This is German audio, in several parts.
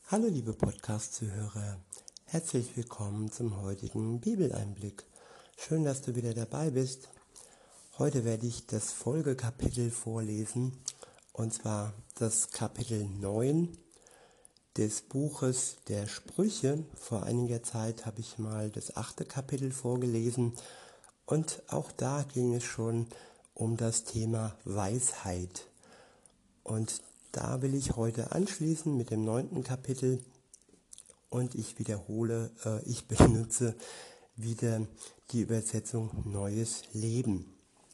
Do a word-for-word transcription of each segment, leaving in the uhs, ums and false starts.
Hallo liebe Podcast-Zuhörer, herzlich willkommen zum heutigen Bibeleinblick. Schön, dass du wieder dabei bist. Heute werde ich das Folgekapitel vorlesen, und zwar das Kapitel neun des Buches der Sprüche. Vor einiger Zeit habe ich mal das achte Kapitel vorgelesen und auch da ging es schon um das Thema Weisheit. Und da will ich heute anschließen mit dem neunten Kapitel und ich wiederhole, äh, ich benutze wieder die Übersetzung Neues Leben.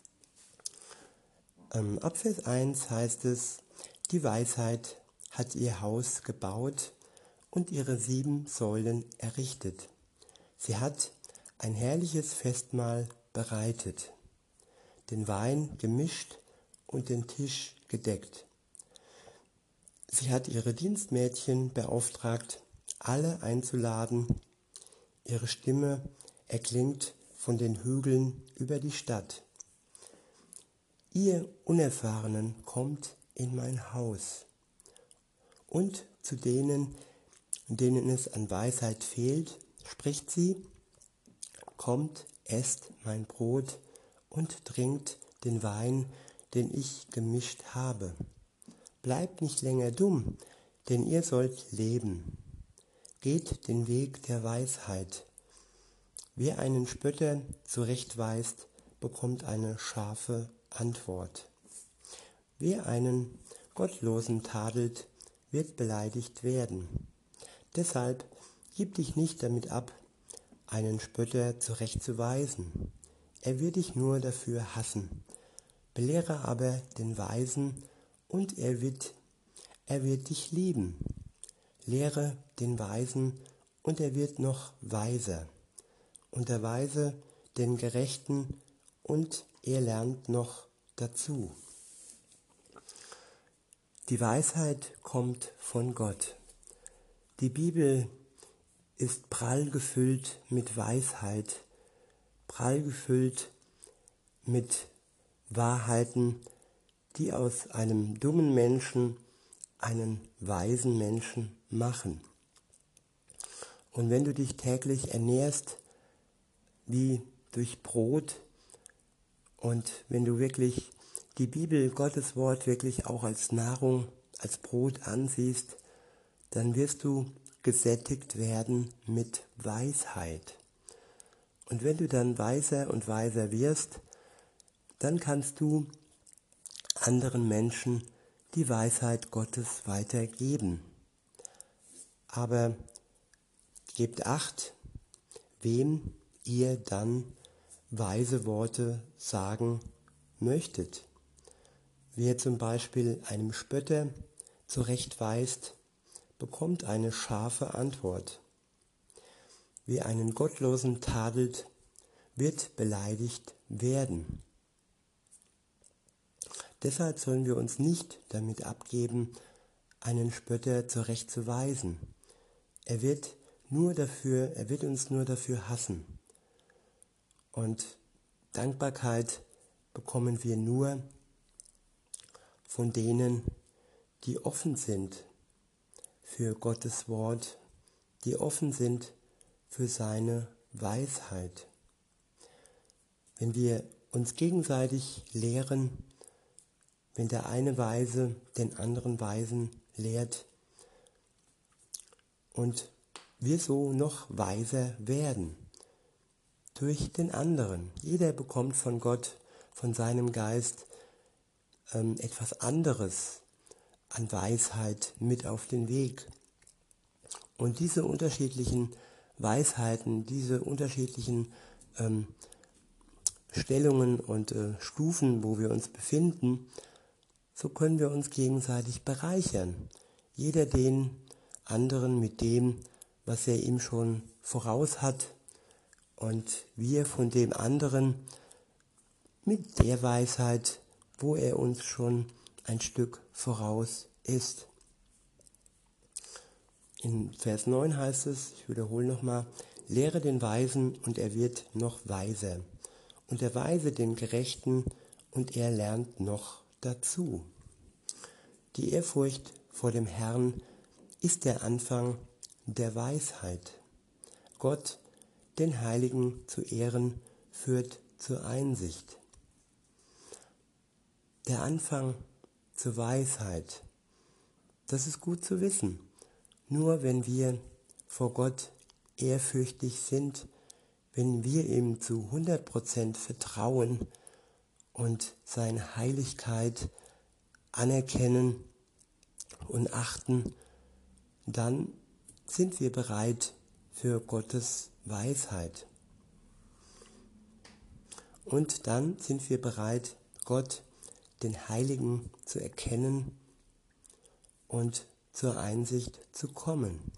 Ähm, ab Vers eins heißt es, die Weisheit hat ihr Haus gebaut und ihre sieben Säulen errichtet. Sie hat ein herrliches Festmahl bereitet, den Wein gemischt und den Tisch gedeckt. Sie hat ihre Dienstmädchen beauftragt, alle einzuladen. Ihre Stimme erklingt von den Hügeln über die Stadt. Ihr Unerfahrenen kommt in mein Haus. Und zu denen, denen es an Weisheit fehlt, spricht sie, kommt, esst mein Brot und trinkt den Wein, den ich gemischt habe. Bleibt nicht länger dumm, denn ihr sollt leben. Geht den Weg der Weisheit. Wer einen Spötter zurechtweist, bekommt eine scharfe Antwort. Wer einen Gottlosen tadelt, wird beleidigt werden. Deshalb gib dich nicht damit ab, einen Spötter zurechtzuweisen. Er wird dich nur dafür hassen. Belehre aber den Weisen, und er wird, er wird dich lieben. Lehre den Weisen, und er wird noch weiser. Und der Weise den Gerechten, und er lernt noch dazu. Die Weisheit kommt von Gott. Die Bibel ist prall gefüllt mit Weisheit, prall gefüllt mit Wahrheiten, die aus einem dummen Menschen einen weisen Menschen machen. Und wenn du dich täglich ernährst wie durch Brot und wenn du wirklich die Bibel, Gottes Wort wirklich auch als Nahrung, als Brot ansiehst, dann wirst du gesättigt werden mit Weisheit. Und wenn du dann weiser und weiser wirst, dann kannst du anderen Menschen die Weisheit Gottes weitergeben. Aber gebt Acht, wem ihr dann weise Worte sagen möchtet. Wer zum Beispiel einem Spötter zurechtweist, bekommt eine scharfe Antwort. Wer einen Gottlosen tadelt, wird beleidigt werden. Deshalb sollen wir uns nicht damit abgeben, einen Spötter zurechtzuweisen. Er wird nur dafür, er wird uns nur dafür hassen. Und Dankbarkeit bekommen wir nur von denen, die offen sind für Gottes Wort, die offen sind für seine Weisheit. Wenn wir uns gegenseitig lehren, wenn der eine Weise den anderen Weisen lehrt und wir so noch weiser werden durch den anderen. Jeder bekommt von Gott, von seinem Geist ähm, etwas anderes an Weisheit mit auf den Weg. Und diese unterschiedlichen Weisheiten, diese unterschiedlichen ähm, Stellungen und äh, Stufen, wo wir uns befinden, so können wir uns gegenseitig bereichern. Jeder den anderen mit dem, was er ihm schon voraus hat, und wir von dem anderen mit der Weisheit, wo er uns schon ein Stück voraus ist. In Vers neun heißt es, ich wiederhole nochmal, lehre den Weisen und er wird noch weiser. Und der Weise den Gerechten und er lernt noch dazu. Die Ehrfurcht vor dem Herrn ist der Anfang der Weisheit. Gott, den Heiligen zu ehren, führt zur Einsicht. Der Anfang zur Weisheit, das ist gut zu wissen. Nur wenn wir vor Gott ehrfürchtig sind, wenn wir ihm zu hundert Prozent vertrauen und seine Heiligkeit anerkennen und achten, dann sind wir bereit für Gottes Weisheit. Und dann sind wir bereit, Gott, den Heiligen, zu erkennen und zur Einsicht zu kommen.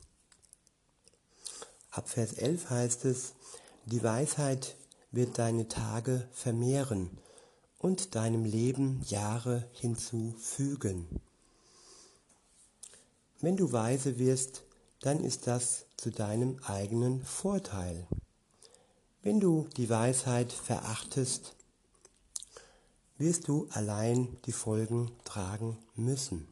Ab Vers elf heißt es, die Weisheit wird deine Tage vermehren und deinem Leben Jahre hinzufügen. Wenn du weise wirst, dann ist das zu deinem eigenen Vorteil. Wenn du die Weisheit verachtest, wirst du allein die Folgen tragen müssen.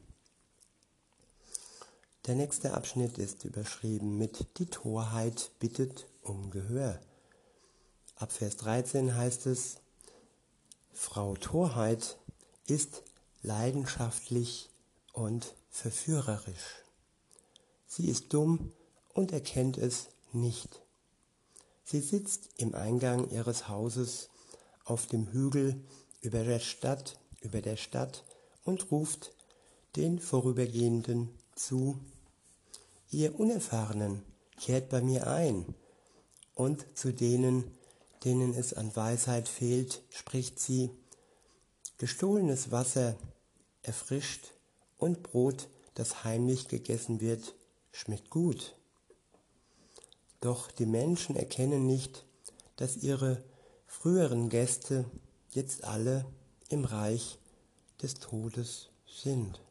Der nächste Abschnitt ist überschrieben mit Die Torheit bittet um Gehör. Ab Vers dreizehn heißt es, Frau Torheit ist leidenschaftlich und verführerisch. Sie ist dumm und erkennt es nicht. Sie sitzt im Eingang ihres Hauses auf dem Hügel über der Stadt, über der Stadt und ruft den Vorübergehenden zu, ihr Unerfahrenen, kehrt bei mir ein. Und zu denen, denen es an Weisheit fehlt, spricht sie, gestohlenes Wasser erfrischt und Brot, das heimlich gegessen wird, schmeckt gut. Doch die Menschen erkennen nicht, dass ihre früheren Gäste jetzt alle im Reich des Todes sind.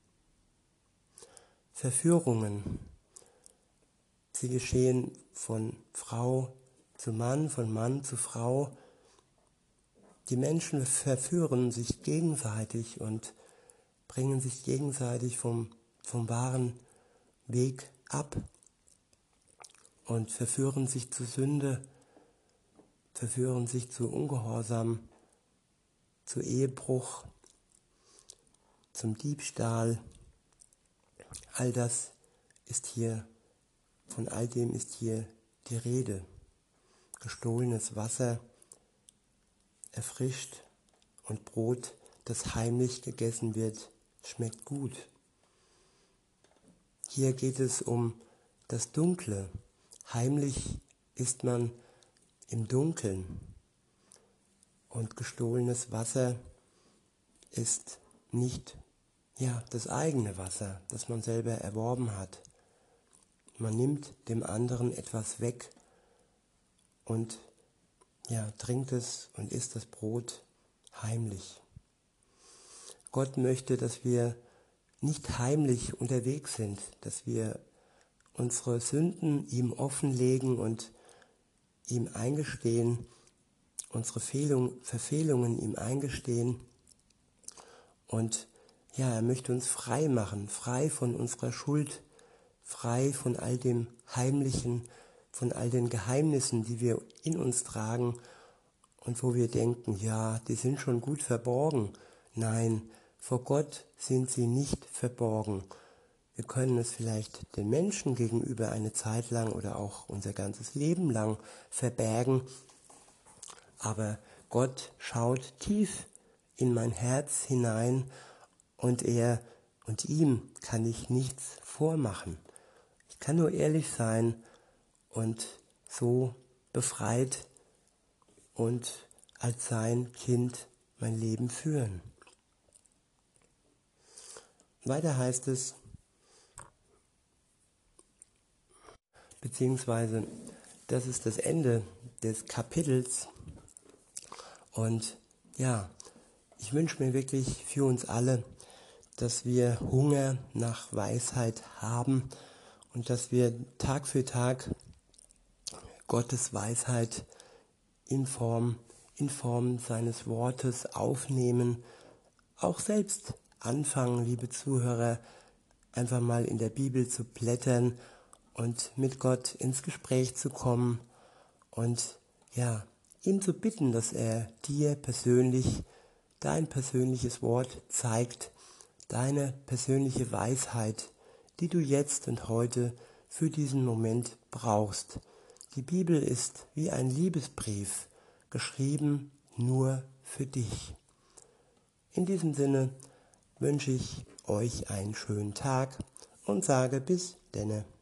Verführungen, sie geschehen von Frau zu Mann, von Mann zu Frau. Die Menschen verführen sich gegenseitig und bringen sich gegenseitig vom, vom wahren Weg ab und verführen sich zu Sünde, verführen sich zu Ungehorsam, zu Ehebruch, zum Diebstahl. All das ist hier, von all dem ist hier die Rede. Gestohlenes Wasser erfrischt und Brot, das heimlich gegessen wird, schmeckt gut. Hier geht es um das Dunkle. Heimlich isst man im Dunkeln. Und gestohlenes Wasser ist nicht ja, das eigene Wasser, das man selber erworben hat. Man nimmt dem anderen etwas weg und ja, trinkt es und isst das Brot heimlich. Gott möchte, dass wir nicht heimlich unterwegs sind, dass wir unsere Sünden ihm offenlegen und ihm eingestehen, unsere Fehlung, Verfehlungen ihm eingestehen. Und ja, er möchte uns frei machen, frei von unserer Schuld, frei von all dem Heimlichen, von all den Geheimnissen, die wir in uns tragen und wo wir denken, ja, die sind schon gut verborgen. Nein, vor Gott sind sie nicht verborgen. Wir können es vielleicht den Menschen gegenüber eine Zeit lang oder auch unser ganzes Leben lang verbergen, aber Gott schaut tief in mein Herz hinein und er und ihm kann ich nichts vormachen. Ich kann nur ehrlich sein und so befreit und als sein Kind mein Leben führen. Weiter heißt es, beziehungsweise das ist das Ende des Kapitels. Und ja, ich wünsche mir wirklich für uns alle, dass wir Hunger nach Weisheit haben und dass wir Tag für Tag Gottes Weisheit in Form, in Form seines Wortes aufnehmen, auch selbst anfangen, liebe Zuhörer, einfach mal in der Bibel zu blättern und mit Gott ins Gespräch zu kommen und ja, ihn zu bitten, dass er dir persönlich dein persönliches Wort zeigt, deine persönliche Weisheit, die du jetzt und heute für diesen Moment brauchst. Die Bibel ist wie ein Liebesbrief, geschrieben nur für dich. In diesem Sinne wünsche ich euch einen schönen Tag und sage bis denne.